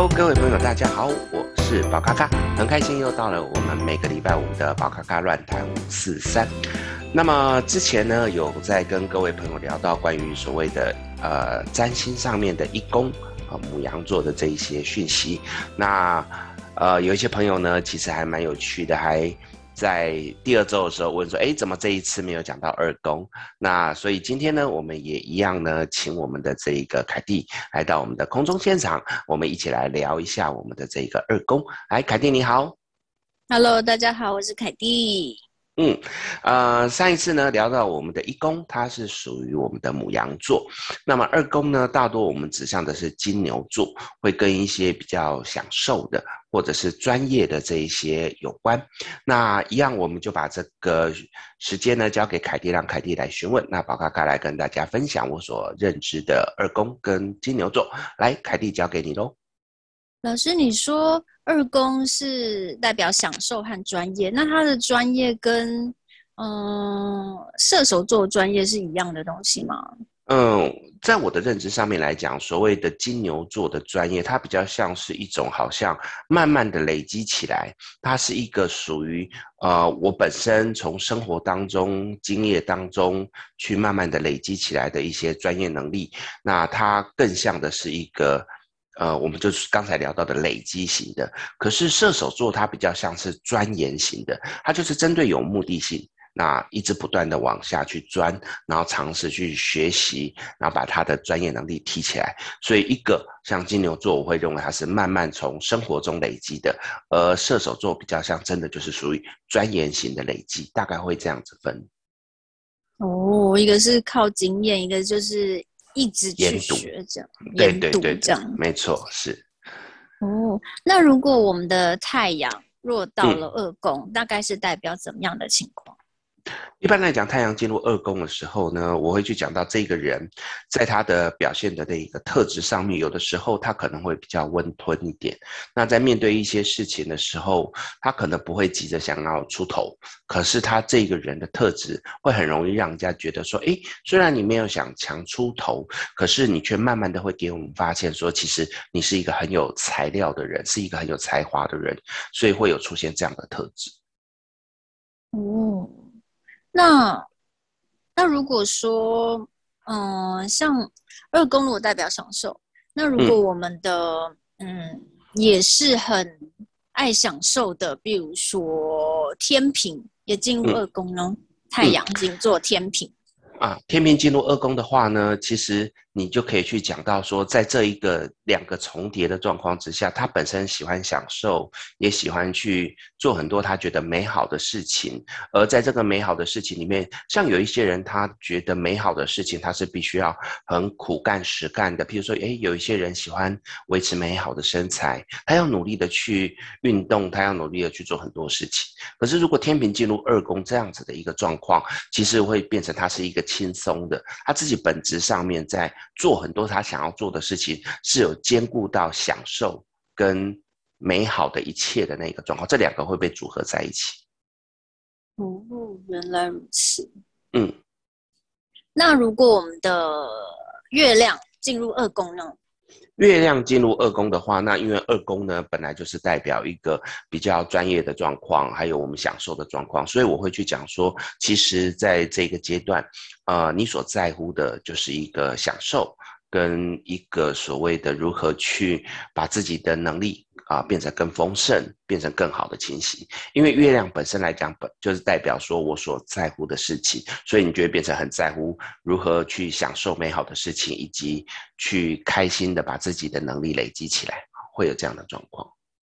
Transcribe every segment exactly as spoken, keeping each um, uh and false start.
Hello，各位朋友，大家好，我是宝咖咖，很开心又到了我们每个礼拜五的宝咖咖乱谈五四三。那么之前呢，有在跟各位朋友聊到关于所谓的呃占星上面的一宫啊、呃、牡羊座的这一些讯息。那呃有一些朋友呢，其实还蛮有趣的，还在第二周的时候问说，哎，怎么这一次没有讲到二宫？那所以今天呢，我们也一样呢，请我们的这一个凯蒂来到我们的空中现场，我们一起来聊一下我们的这个二宫。来，凯蒂你好。 Hello，大家好，我是凯蒂。 嗯，呃，上一次呢聊到我们的一宫，它是属于我们的牡羊座，那么二宫呢，大多我们指向的是金牛座，会跟一些比较享受的或者是专业的这一些有关。那一样，我们就把这个时间呢交给凯蒂，让凯蒂来询问。那宝咖咖来跟大家分享我所认知的二宫跟金牛座。来，凯蒂交给你喽。 老师，你说二宫是代表享受和专业，那他的专业跟嗯、呃射手座专业是一样的东西吗？ 嗯，在我的认知上面来讲，所谓的金牛座的专业，它比较像是一种好像慢慢的累积起来，它是一个属于呃我本身从生活当中、经验当中去慢慢的累积起来的一些专业能力。那它更像的是一个呃，我们就是刚才聊到的累积型的。可是射手座它比较像是钻研型的，它就是针对有目的性。那一直不断的往下去钻，然后尝试去学习，然后把他的专业能力提起来。所以一个像金牛座，我会认为它是慢慢从生活中累积的，而射手座比较像真的就是属于钻研型的累积，大概会这样子分。 哦，一个是靠经验，一个就是一直去研读， 学，这样对研对对对， 读这样。 没错，是。 哦，那如果我们的太阳若到了嗯。 二宫，大概是代表怎么样的情况？ 一般来讲，太阳进入二宫的时候呢，我会去讲到这个人，在他的表现的这个特质上面，有的时候他可能会比较温吞一点。那在面对一些事情的时候，他可能不会急着想要出头，可是他这个人的特质会很容易让人家觉得说，诶，虽然你没有想强出头，可是你却慢慢的会给我们发现说，其实你是一个很有材料的人，是一个很有才华的人，所以会有出现这样的特质。 哦，那那如果说，嗯、呃像二宫如果代表享受，那如果嗯我们的嗯也是很爱享受的，比如说天平也进入嗯二宫呢，太嗯。 阳星座天平。 啊，天平进入二宫的话呢，其实你就可以去讲到说，在这一个两个重叠的状况之下，他本身喜欢享受，也喜欢去做很多他觉得美好的事情。而在这个美好的事情里面，像有一些人，他觉得美好的事情，他是必须要很苦干实干的。譬如说，诶，有一些人喜欢维持美好的身材，他要努力的去运动，他要努力的去做很多事情。可是如果天平进入二宫这样子的一个状况，其实会变成他是一个轻松的，他自己本质上面在做很多他想要做的事情，是有兼顾到享受跟美好的一切的那个状况，这两个会被组合在一起。 哦，原来如此。 嗯。 那如果我们的月亮进入二宫呢？ 月亮进入二宫的话，那因为二宫呢本来就是代表一个比较专业的状况，还有我们享受的状况，所以我会去讲说，其实在这个阶段，呃，你所在乎的就是一个享受，跟一个所谓的如何去把自己的能力啊、呃、变成更丰盛，变成更好的情形。因为月亮本身来讲，本就是代表说我所在乎的事情，所以你就会变成很在乎如何去享受美好的事情，以及去开心的把自己的能力累积起来，会有这样的状况。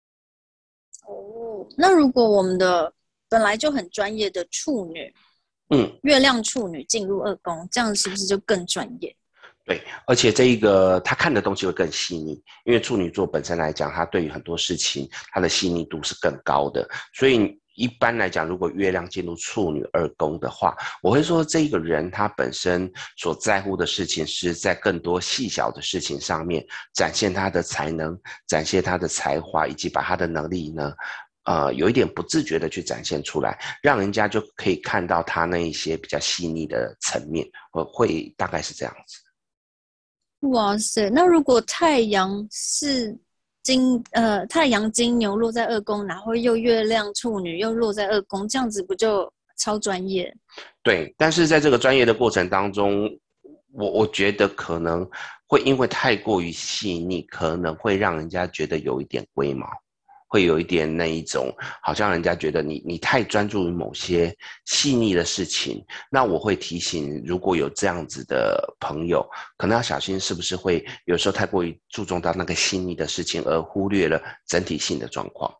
哦，那如果我们的本来就很专业的处女， 嗯。 月亮处女进入二宫，这样是不是就更专业？ 对，而且这一个他看的东西会更细腻，因为处女座本身来讲，他对于很多事情他的细腻度是更高的，所以一般来讲，如果月亮进入处女二宫的话，我会说这个人他本身所在乎的事情是在更多细小的事情上面展现他的才能，展现他的才华，以及把他的能力呢，呃，有一点不自觉的去展现出来，让人家就可以看到他那一些比较细腻的层面，会会大概是这样子。 哇塞，那如果太阳是金呃太阳金牛落在二宫，然后又月亮处女又落在二宫，这样子不就超专业？ 对，但是在这个专业的过程当中，我我觉得可能会因为太过于细腻，可能会让人家觉得有一点龟毛，会有一点那一种，好像人家觉得你你太专注于某些细腻的事情。那我会提醒，如果有这样子的朋友，可能要小心，是不是会有时候太过于注重到那个细腻的事情，而忽略了整体性的状况。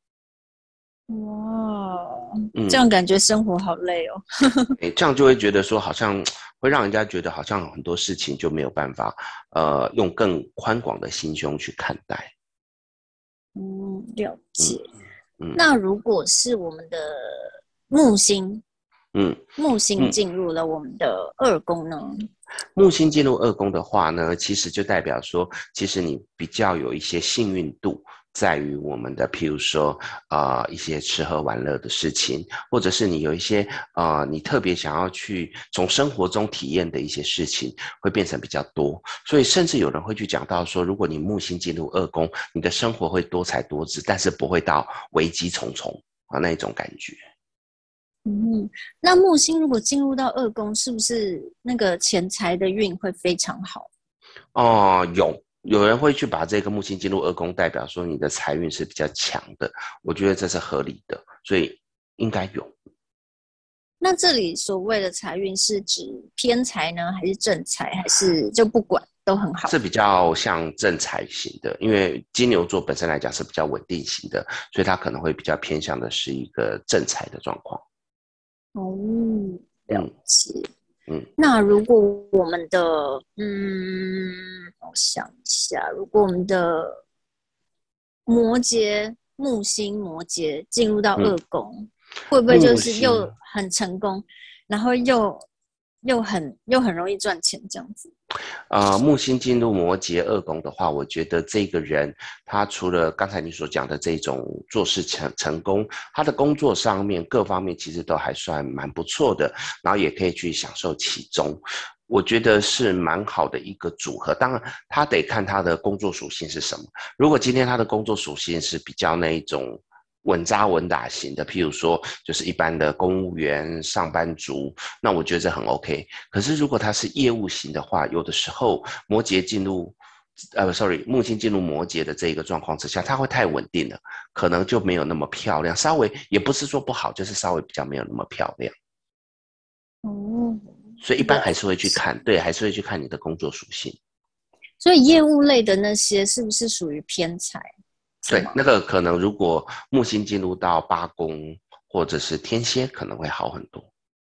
哇，这嗯， 样感觉生活好累哦。 诶，这样就会觉得说，好像会让人家觉得好像很多事情就没有办法，呃，用更宽广的心胸去看待。 嗯，了嗯解。 嗯那如果是我们的木星， 嗯木星嗯， 进入了我们的二宫呢？ 木星进入二宫的话呢，其实就代表说，其实你比较有一些幸运度，在于我们的，譬如说，呃，一些吃喝玩乐的事情，或者是你有一些呃，你特别想要去从生活中体验的一些事情，会变成比较多。所以，甚至有人会去讲到说，如果你木星进入二宫，你的生活会多彩多姿，但是不会到危机重重啊那一种感觉。 嗯，那木星如果进入到二宫，是不是那个钱财的运会非常好？ 哦，有有人会去把这个木星进入二宫，代表说你的财运是比较强的，我觉得这是合理的，所以应该有。 那这里所谓的财运是指偏财呢，还是正财，还是就不管都很好？ 是比较像正财型的，因为金牛座本身来讲是比较稳定型的，所以它可能会比较偏向的是一个正财的状况。 哦，了嗯解。 嗯那如果我们的，嗯，我想一下，如果我们的摩羯木星摩羯进入到嗯， 二宫，会不会就木是又星很成功，然后又又很又很容易赚钱这样子？ 呃，木星进入摩羯二宫的话，我觉得这个人他除了刚才你所讲的这种做事成成功，他的工作上面各方面其实都还算蛮不错的，然后也可以去享受其中。我觉得是蛮好的一个组合，当然他得看他的工作属性是什么。如果今天他的工作属性是比较那一种稳扎稳打型的，譬如说就是一般的公务员、上班族，那我觉得这很 OK。可是如果它是业务型的话，有的时候摩羯进入，呃，sorry，木星进入摩羯的这一个状况之下，它会太稳定了，可能就没有那么漂亮。稍微也不是说不好，就是稍微比较没有那么漂亮。 哦， 所以一般还了是会去解。 看，对，还是会去看你的工作属性。 所以业务类的那些是不是属于偏财？是对， 吗？ 那个可能如果木星进入到八宫或者是天蝎，可能会好很多。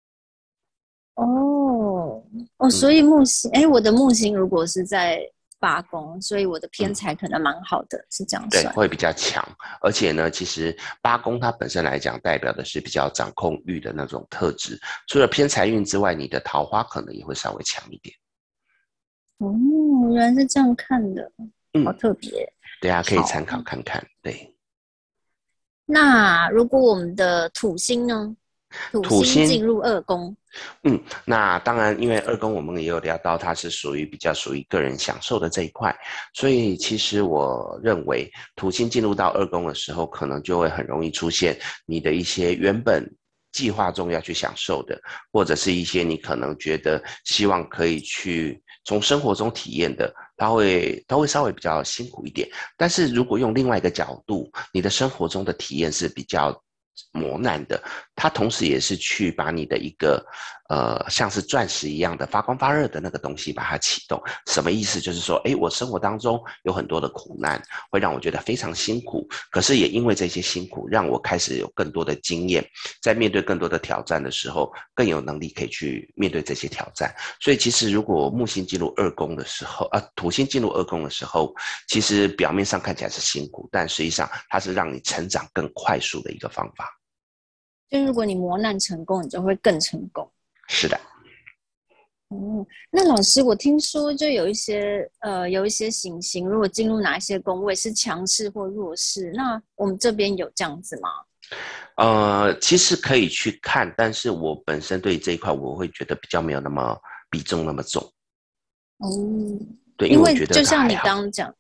哦哦，所嗯以木星，哎，我的木星如果是在八宫，所以我的偏嗯。 财可能蛮好的，是这样对， 算。 会比较强，而且呢，其实八宫它本身来讲，代表的是比较掌控欲的那种特质。除了偏财运之外，你的桃花可能也会稍微强一点。 哦，原来是这样看的，好嗯， 特别。 对啊，可以好， 参考看看。对， 那如果我们的土星呢？土土星， 星进入二宫， 嗯，那当然，因为二宫我们也有聊到，它是属于比较属于个人享受的这一块，所以其实我认为土星进入到二宫的时候，可能就会很容易出现你的一些原本计划中要去享受的，或者是一些你可能觉得希望可以去从生活中体验的，它会它会稍微比较辛苦一点。但是如果用另外一个角度，你的生活中的体验是比较磨难的，它同时也是去把你的一个呃像是钻石一样的发光发热的那个东西把它启动。什么意思？就是说，哎，我生活当中有很多的苦难，会让我觉得非常辛苦，可是也因为这些辛苦，让我开始有更多的经验，在面对更多的挑战的时候，更有能力可以去面对这些挑战。所以其实如果木星进入二宫的时候，啊，土星进入二宫的时候，其实表面上看起来是辛苦，但实际上它是让你成长更快速的一个方法。 就如果你磨难成功，你就会更成功。 是的。 哦，那老师，我听说就有一些呃，有一些行星，如果进入哪一些宫位是强势或弱势，那我们这边有这样子吗？ 呃，其实可以去看，但是我本身对这一块我会觉得比较没有那么比重那么重。 哦， 对，因因为我觉得为就像它还好。 你刚刚讲的，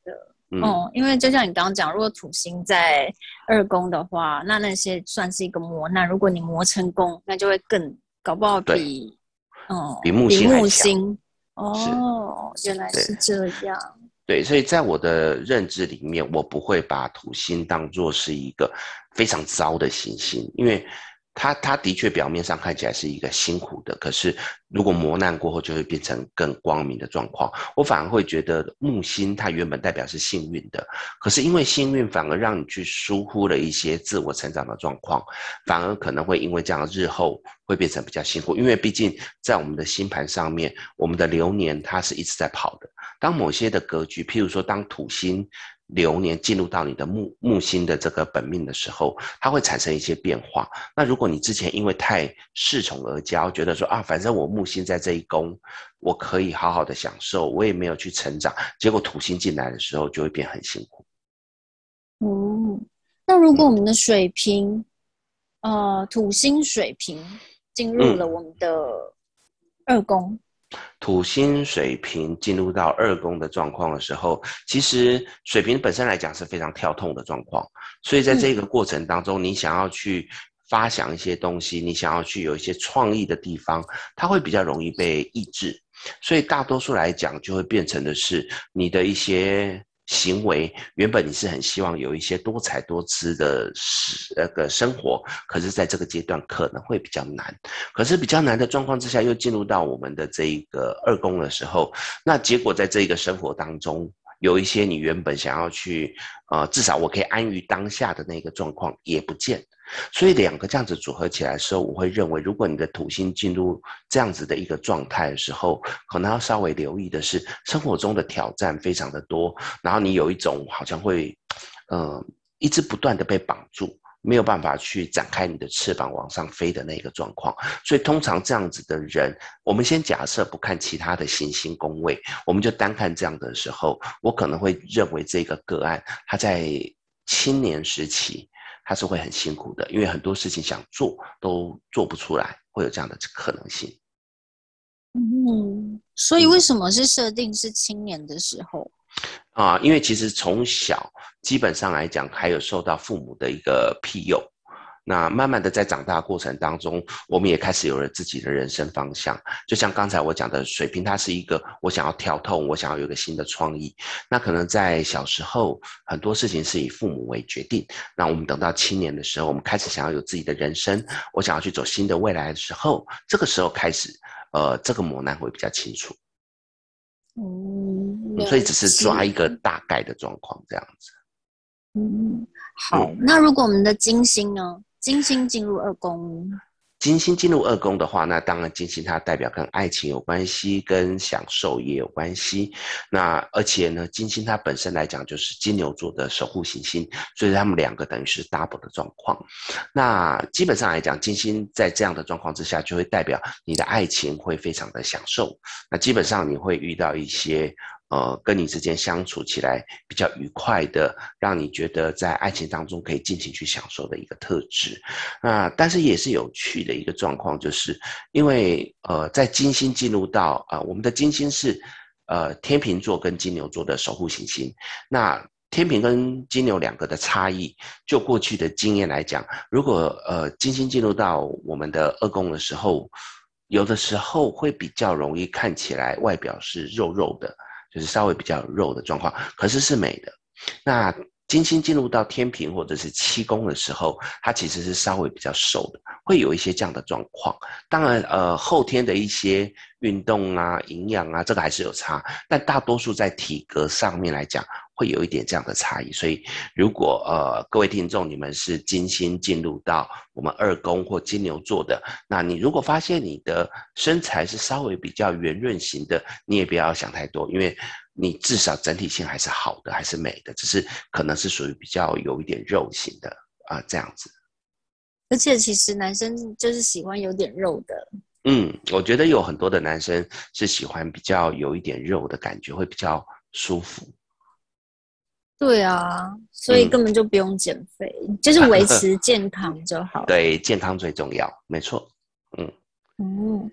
嗯， 哦，因为就像你刚刚讲，如果土星在二宫的话，那那些算是一个磨难。如果你磨成功，那就会更搞不好对， 比哦比木比木星还强， 星是， 哦，原来对。 是这样。 对，所以在我的认知里面，我不会把土星当作是一个非常糟的行星，因为它它的确表面上看起来是一个辛苦的，可是如果磨难过后，就会变成更光明的状况。我反而会觉得木星它原本代表是幸运的，可是因为幸运反而让你去疏忽了一些自我成长的状况，反而可能会因为这样日后会变成比较辛苦，因为毕竟在我们的星盘上面，我们的流年它是一直在跑的。当某些的格局，譬如说当土星流年进入到你的木木星的这个本命的时候，它会产生一些变化。那如果你之前因为太恃宠而骄，觉得说啊，反正我木星在这一宫，我可以好好的享受，我也没有去成长，结果土星进来的时候就会变很辛苦。 嗯，那如果我们的水瓶，呃，土星水瓶进入了嗯， 我们的二宫， 土星水瓶进入到二宫的状况的时候，其实水瓶本身来讲是非常跳痛的状况，所以在这个嗯过程当中，你想要去发想一些东西，你想要去有一些创意的地方，它会比较容易被抑制，所以大多数来讲就会变成的是你的一些行为，原本你是很希望有一些多彩多姿的那个生活，可是在这个阶段可能会比较难。可是比较难的状况之下，又进入到我们的这一个二宫的时候，那结果在这个生活当中，有一些你原本想要去，呃，至少我可以安于当下的那个状况也不见。所以两个这样子组合起来的时候，我会认为，如果你的土星进入这样子的一个状态的时候，可能要稍微留意的是，生活中的挑战非常的多，然后你有一种好像会，呃，一直不断的被绑住。没有办法去展开你的翅膀往上飞的那个状况，所以通常这样子的人，我们先假设不看其他的行星宫位，我们就单看这样的时候，我可能会认为这个个案他在青年时期他是会很辛苦的，因为很多事情想做都做不出来，会有这样的可能性。 嗯，所以为嗯。 什么是设定是青年的时候？ 啊，因为其实从小基本上来讲，还有受到父母的一个庇佑。那慢慢的在长大过程当中，我们也开始有了自己的人生方向。就像刚才我讲的，水瓶它是一个我想要跳痛，我想要有一个新的创意。那可能在小时候很多事情是以父母为决定。那我们等到青年的时候，我们开始想要有自己的人生，我想要去走新的未来的时候，这个时候开始，呃，这个磨难会比较清楚。 嗯， 嗯，所以了只是抓一解。 个大概的状况这样子。 嗯，好。 嗯， 那如果我们的金星呢？金星进入二宫， 金星进入二宫的话，那当然金星它代表跟爱情有关系，跟享受也有关系。那而且呢，金星它本身来讲就是金牛座的守护行星，所以他们两个等于是 double 的状况。那基本上来讲，金星在这样的状况之下，就会代表你的爱情会非常的享受。那基本上你会遇到一些呃，跟你之间相处起来比较愉快的，让你觉得在爱情当中可以尽情去享受的一个特质。那但是也是有趣的一个状况，就是因为呃，在金星进入到啊、呃，我们的金星是呃天秤座跟金牛座的守护行星。那天平跟金牛两个的差异，就过去的经验来讲，如果呃金星进入到我们的二宫的时候，有的时候会比较容易看起来外表是肉肉的，就是稍微比较肉的状况，可是是美的。那金星进入到天平或者是七宫的时候，它其实是稍微比较瘦的，会有一些这样的状况。当然，呃，后天的一些运动啊、营养啊，这个还是有差，但大多数在体格上面来讲，会有一点这样的差异。所以，如果呃各位听众你们是金星进入到我们二宫或金牛座的，那你如果发现你的身材是稍微比较圆润型的，你也不要想太多，因为你至少整体性还是好的，还是美的，只是可能是属于比较有一点肉型的啊、呃，这样子。 而且其实男生就是喜欢有点肉的。 嗯，我觉得有很多的男生是喜欢比较有一点肉的感觉，会比较舒服。 对啊，所以嗯， 根本就不用减肥，就是维持健康就好了。 对，健康最重要，没错。嗯。 嗯，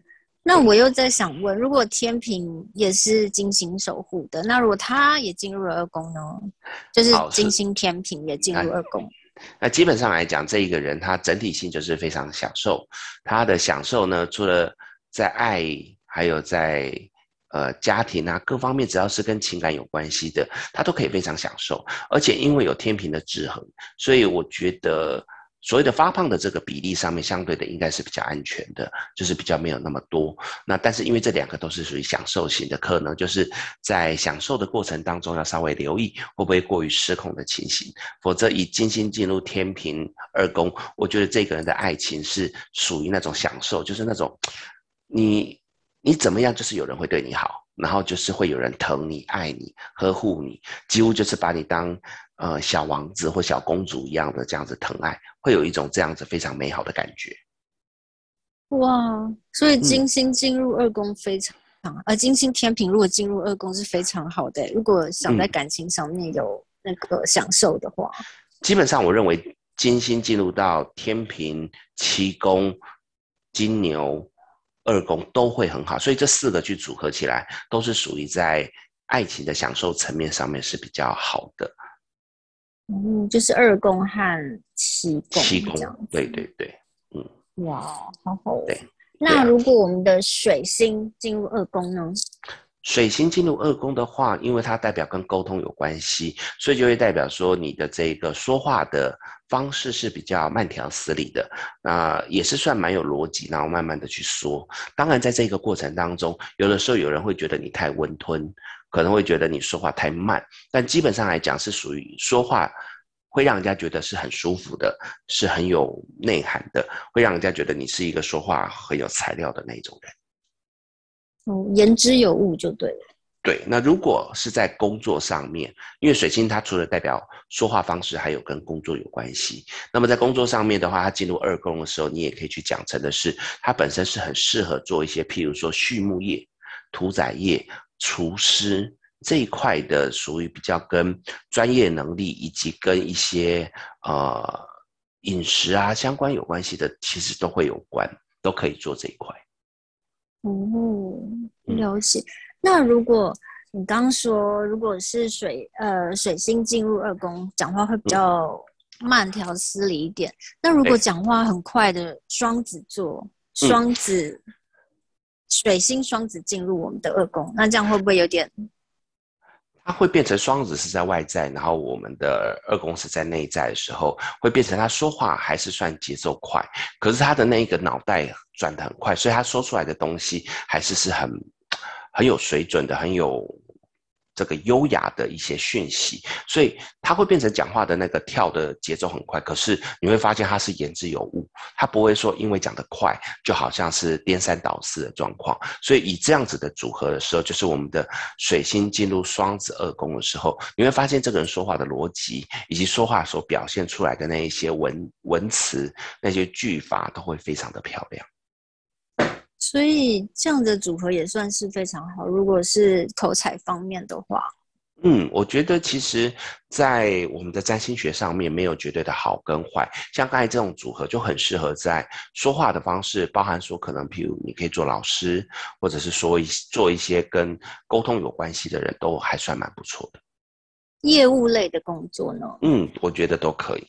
那我又在想问，如果天平也是金星守护的，那如果他也进入了二宫呢？就是好，是金星天平也进入二宫。 那基本上来讲，这一个人他整体性就是非常享受，他的享受呢，除了在爱，还有在呃家庭啊各方面，只要是跟情感有关系的，他都可以非常享受。而且因为有天平的制衡，所以我觉得所谓的发胖的这个比例上面，相对的应该是比较安全的，就是比较没有那么多。那但是因为这两个都是属于享受型的，可能就是在享受的过程当中要稍微留意会不会过于失控的情形，否则以金星进入天平二宫，我觉得这个人的爱情是属于那种享受，就是那种你你怎么样，就是有人会对你好。然后就是会有人疼你、爱你、呵护你，几乎就是把你当呃小王子或小公主一样的这样子疼爱，会有一种这样子非常美好的感觉。 哇，所以金嗯星进入二宫非常，而、呃、金星天平如果进入二宫是非常好的。如果想在嗯， 感情上面有那个享受的话， 基本上我认为金星进入到天平、七宫、金牛、二宫都会很好，所以这四个去组合起来，都是属于在爱情的享受层面上面是比较好的。 嗯，就是二宫和七七宫， 宫这样子。 对对对，嗯， 哇，好好哦。 对对啊。 那如果我们的水星进入二宫呢？ 水星进入二宫的话，因为它代表跟沟通有关系，所以就会代表说你的这个说话的方式是比较慢条斯理的，那也是算蛮有逻辑，然后慢慢的去说。当然，在这个过程当中，有的时候有人会觉得你太温吞，可能会觉得你说话太慢，但基本上来讲是属于说话会让人家觉得是很舒服的，是很有内涵的，会让人家觉得你是一个说话很有材料的那种人。 哦，言之有物就对了。 对，那如果是在工作上面，因为水星它除了代表说话方式，还有跟工作有关系。那么在工作上面的话，它进入二宫的时候，你也可以去讲成的是，它本身是很适合做一些，譬如说畜牧业、屠宰业、厨师这一块的，属于比较跟专业能力以及跟一些呃饮食啊相关有关系的，其实都会有关，都可以做这一块。 哦， 嗯了解。那如果你刚刚说，如果是水呃水星进入二宫，讲话会比嗯， 较慢条斯理一点。那如果对， 讲话很快的双子座， 嗯。 双子水星双子进入我们的二宫，那这样会不会有点？ 它会变成双子是在外在，然后我们的二宫是在内在的时候，会变成他说话还是算节奏快，可是他的那个脑袋转得很快，所以他说出来的东西还是是很很有水准的，很有这个优雅的一些讯息，所以他会变成讲话的那个跳的节奏很快，可是你会发现他是言之有物，他不会说因为讲得快就好像是颠三倒四的状况，所以以这样子的组合的时候，就是我们的水星进入双子二宫的时候，你会发现这个人说话的逻辑以及说话所表现出来的那一些文文词、那些句法都会非常的漂亮。 所以这样的组合也算是非常好。如果是口才方面的话， 嗯，我觉得其实，在我们的占星学上面没有绝对的好跟坏，像刚才这种组合就很适合在说话的方式，包含说可能譬如你可以做老师，或者是说一做一些跟沟通有关系的人都还算蛮不错的。 业务类的工作呢？ 嗯，我觉得都可以。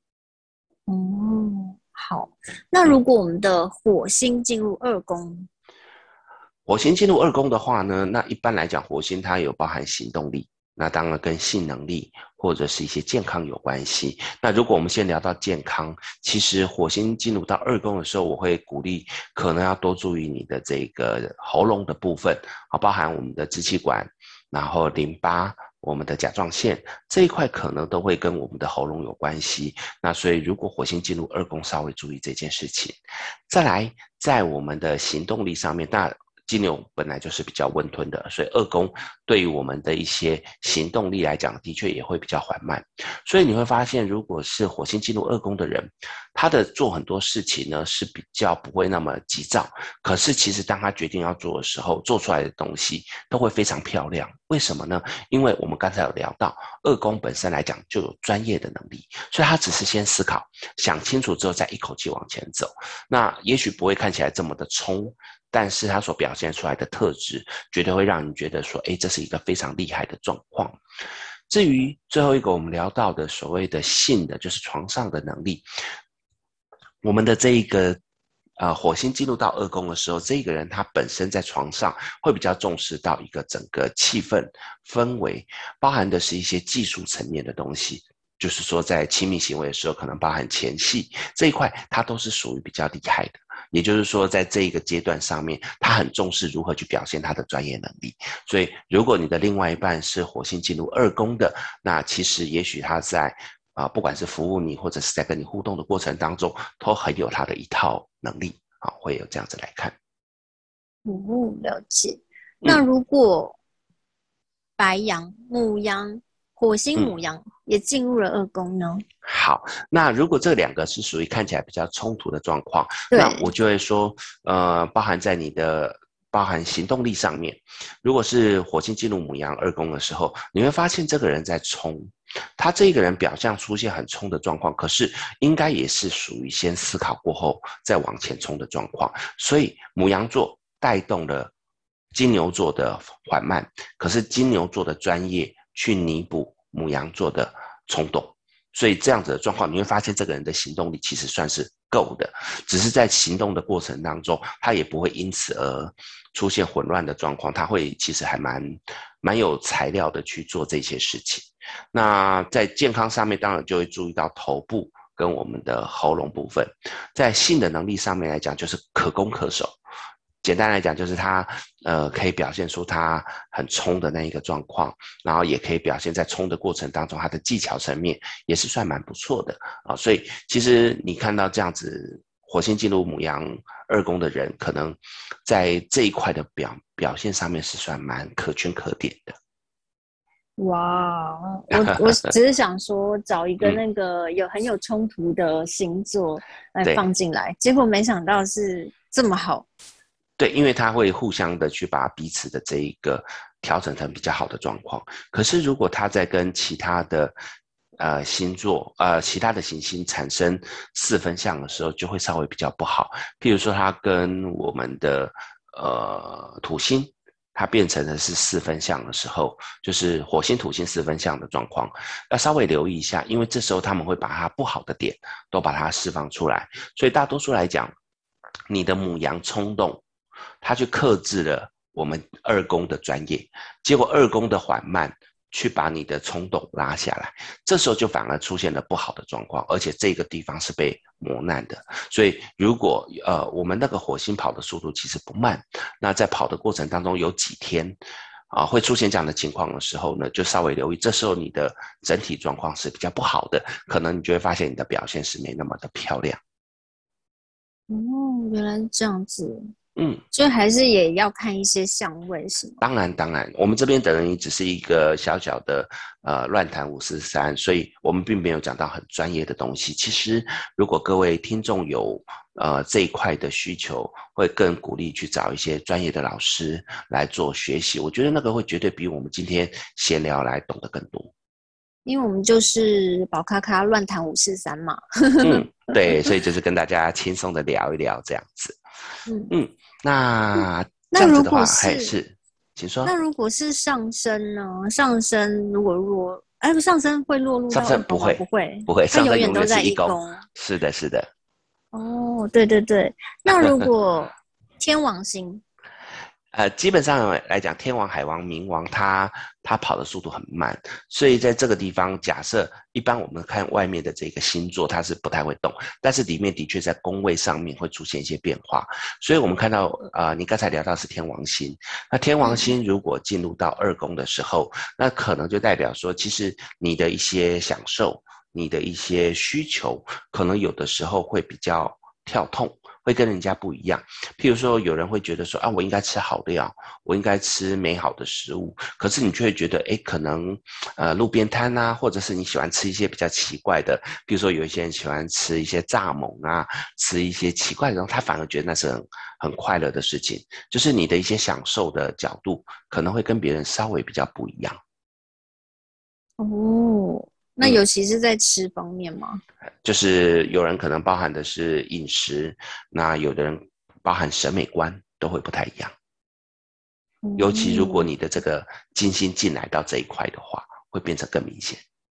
哦，好。那如果我们的火星进入二宫， 火星进入二宫的话呢，那一般来讲，火星它有包含行动力，那当然跟性能力或者是一些健康有关系。那如果我们先聊到健康，其实火星进入到二宫的时候，我会鼓励可能要多注意你的这个喉咙的部分，啊，包含我们的支气管，然后淋巴。我们的甲状腺这一块可能都会跟我们的喉咙有关系，那所以如果火星进入二宫，稍微注意这件事情。再来，在我们的行动力上面，那金牛本来就是比较温吞的，所以二宫对于我们的一些行动力来讲，的确也会比较缓慢。所以你会发现，如果是火星进入二宫的人， 他的做很多事情呢是比较不会那么急躁，可是其实当他决定要做的时候，做出来的东西都会非常漂亮。为什么呢？因为我们刚才有聊到，二宫本身来讲就有专业的能力，所以他只是先思考，想清楚之后再一口气往前走。那也许不会看起来这么的冲，但是他所表现出来的特质，绝对会让你觉得说，哎，这是一个非常厉害的状况。至于最后一个我们聊到的所谓的性的，就是床上的能力，我们的这一个呃，火星进入到二宫的时候，这个人他本身在床上会比较重视到一个整个气氛氛围，包含的是一些技术层面的东西，就是说在亲密行为的时候，可能包含前戏这一块，他都是属于比较厉害的。也就是说，在这一个阶段上面，他很重视如何去表现他的专业能力。所以，如果你的另外一半是火星进入二宫的，那其实也许他在啊、呃，不管是服务你，或者是在跟你互动的过程当中，都很有他的一套能力啊、哦，会有这样子来看。 哦，了解。那如果白羊、牡羊、火星牡羊也进入了二宫呢？ 好，那如果这两个是属于看起来比较冲突的状况，那我就会说，呃，包含在你的包含行动力上面。如果是火星进入牡羊二宫的时候，你会发现这个人在冲，他这个人表象出现很冲的状况，可是应该也是属于先思考过后再往前冲的状况。所以牡羊座带动了金牛座的缓慢，可是金牛座的专业去弥补牡羊座的冲动。所以这样子的状况，你会发现这个人的行动力其实算是够的，只是在行动的过程当中，他也不会因此而出现混乱的状况，他会其实还蛮蛮有材料的去做这些事情。那在健康上面，当然就会注意到头部跟我们的喉咙部分。在性的能力上面来讲，就是可攻可守。简单来讲，就是他呃可以表现出他很冲的那一个状况，然后也可以表现在冲的过程当中，他的技巧层面也是算蛮不错的啊。所以其实你看到这样子火星进入牡羊二宫的人，可能在这一块的表表现上面是算蛮可圈可点的。 哇，我我只是想说找一个那个有很有冲突的星座来放进来，结果没想到是这么好。 对，因为他会互相的去把彼此的这一个调整成比较好的状况。可是如果他在跟其他的呃星座呃其他的行星产生四分相的时候，就会稍微比较不好。譬如说他跟我们的呃土星，它变成的是四分相的时候，就是火星土星四分相的状况，要稍微留意一下，因为这时候他们会把它不好的点都把它释放出来。所以大多数来讲，你的牡羊冲动，他去克制了我们二宫的专业，结果二宫的缓慢去把你的冲动拉下来，这时候就反而出现了不好的状况，而且这个地方是被磨难的。所以如果呃我们那个火星跑的速度其实不慢，那在跑的过程当中有几天啊、呃、会出现这样的情况的时候呢，就稍微留意，这时候你的整体状况是比较不好的，可能你就会发现你的表现是没那么的漂亮。 哦，原来是这样子。 嗯， 所以还是也要看一些相位，是吗？ 当然，当然，我们这边等于只是一个小小的呃乱谈五四三，所以我们并没有讲到很专业的东西。其实，如果各位听众有呃这一块的需求，会更鼓励去找一些专业的老师来做学习。我觉得那个会绝对比我们今天闲聊来懂得更多。 因为我们就是宝咖咖乱谈五四三嘛。 嗯，对，所以就是跟大家轻松的聊一聊这样子。嗯嗯，那这样子的话，还是，请说。 那如果是上升呢？上升如果落，哎，上升会落入到二宫吗？不会， 不会， 它永远都在一宫。 是的，是的。 哦，对对对。那如果天王星？ 呃，基本上来讲，天王、海王、冥王，它它跑的速度很慢，所以在这个地方，假设一般我们看外面的这个星座，它是不太会动，但是里面的确在宫位上面会出现一些变化。所以我们看到，呃，你刚才聊到是天王星，那天王星如果进入到二宫的时候，那可能就代表说，其实你的一些享受，你的一些需求，可能有的时候会比较跳痛。 会跟人家不一样。譬如说，有人会觉得说啊，我应该吃好料，我应该吃美好的食物，可是你就会觉得，哎，可能呃路边摊啊，或者是你喜欢吃一些比较奇怪的，比如说有一些人喜欢吃一些蚱蜢啊，吃一些奇怪的东西，他反而觉得那是很很快乐的事情，就是你的一些享受的角度可能会跟别人稍微比较不一样。 哦，那尤其是在吃方面吗？ 嗯，就是有人可能包含的是饮食，那有的人包含审美观都会不太一样。尤其如果嗯， 你的这个金星进来到这一块的话，会变成更明显。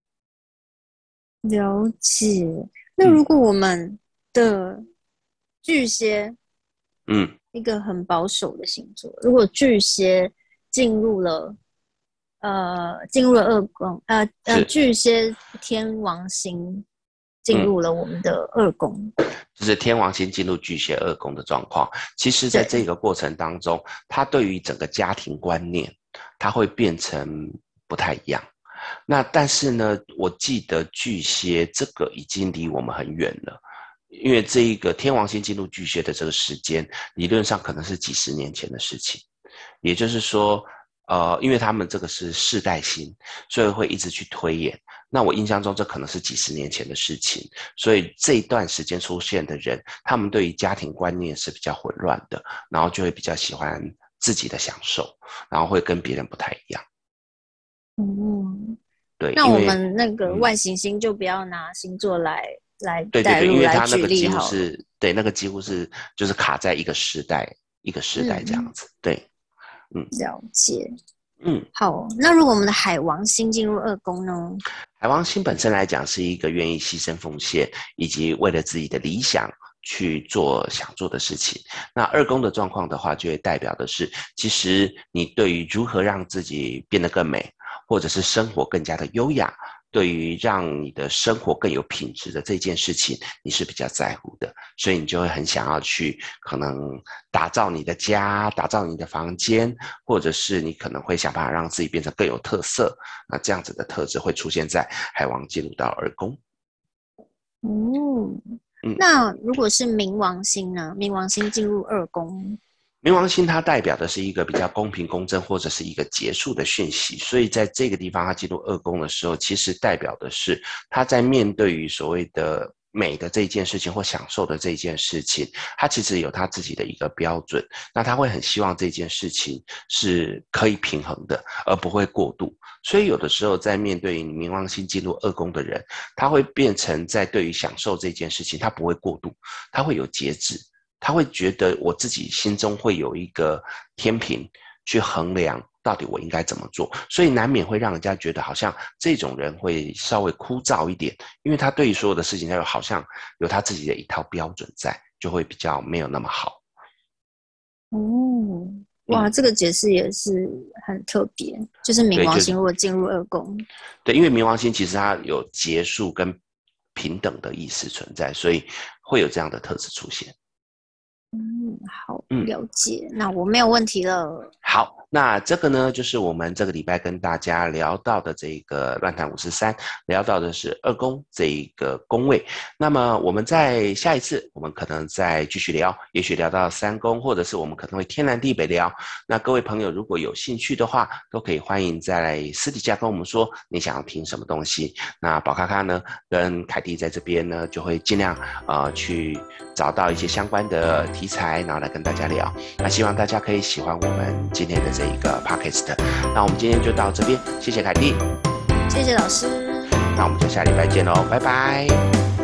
了解。那嗯如果我们的巨蟹， 嗯， 一个很保守的星座，如果巨蟹进入了呃进入了二宫，呃呃是， 巨蟹天王星进嗯， 入了我们的二宫， 就是天王星进入巨蟹二宫的状况。其实，在这对， 个过程当中，它对于整个家庭观念，它会变成不太一样。那但是呢，我记得巨蟹这个已经离我们很远了，因为这一个天王星进入巨蟹的这个时间，理论上可能是几十年前的事情。也就是说，呃，因为他们这个是世代星，所以会一直去推演。那我印象中，这可能是几十年前的事情，所以这一段时间出现的人，他们对于家庭观念是比较混乱的，然后就会比较喜欢自己的享受，然后会跟别人不太一样。 嗯， 对， 那我因为们那个嗯， 外行星就不要拿星座来来对对对，因带入为来举他那个几例好了。 乎是对那个几乎是就是卡在一个时代一个时代这样嗯， 子。对，嗯了解。 嗯。 好，那如果我们的海王星进入二宫呢？ 海王星本身来讲是一个愿意牺牲奉献，以及为了自己的理想去做想做的事情。那二宫的状况的话，就会代表的是，其实你对于如何让自己变得更美，或者是生活更加的优雅，对于让你的生活更有品质的这件事情，你是比较在乎的，所以你就会很想要去可能打造你的家，打造你的房间，或者是你可能会想办法让自己变成更有特色。那这样子的特质会出现在海王进入到二宫。 嗯， 嗯， 那如果是冥王星呢？冥王星进入二宫， 冥王星它代表的是一个比较公平公正或者是一个结束的讯息，所以在这个地方它进入二宫的时候，其实代表的是他在面对于所谓的美的这一件事情或享受的这一件事情，他其实有他自己的一个标准，那他会很希望这件事情是可以平衡的，而不会过度。所以有的时候在面对冥王星进入二宫的人，他会变成在对于享受这件事情，他不会过度，他会有节制。他会觉得我自己心中会有一个天平去衡量到底我应该怎么做，所以难免会让人家觉得好像这种人会稍微枯燥一点，因为他对于所有的事情他有好像有他自己的一套标准在，就会比较没有那么好。 哦，哇， 嗯， 这个解释也是很特别，就是冥对，就是王星如果进入二宫， 对，因为冥王星其实它有结束跟平等的意思存在，所以会有这样的特质出现。 嗯，好， 嗯。 了解，那我没有问题了。 好，那这个呢，就是我们这个礼拜跟大家聊到的这个乱谈五十三，聊到的是二宫这一个宫位。那么我们在下一次，我们可能再继续聊，也许聊到三宫，或者是我们可能会天南地北聊。那各位朋友如果有兴趣的话，都可以欢迎在私底下跟我们说你想要听什么东西。那宝咖咖呢，跟凯蒂在这边呢，就会尽量呃去找到一些相关的题材，然后来跟大家聊。那希望大家可以喜欢我们今天的这一个 podcast。那我们今天就到这边，谢谢凯蒂， 谢谢老师。 那我们就下礼拜见喽，拜拜。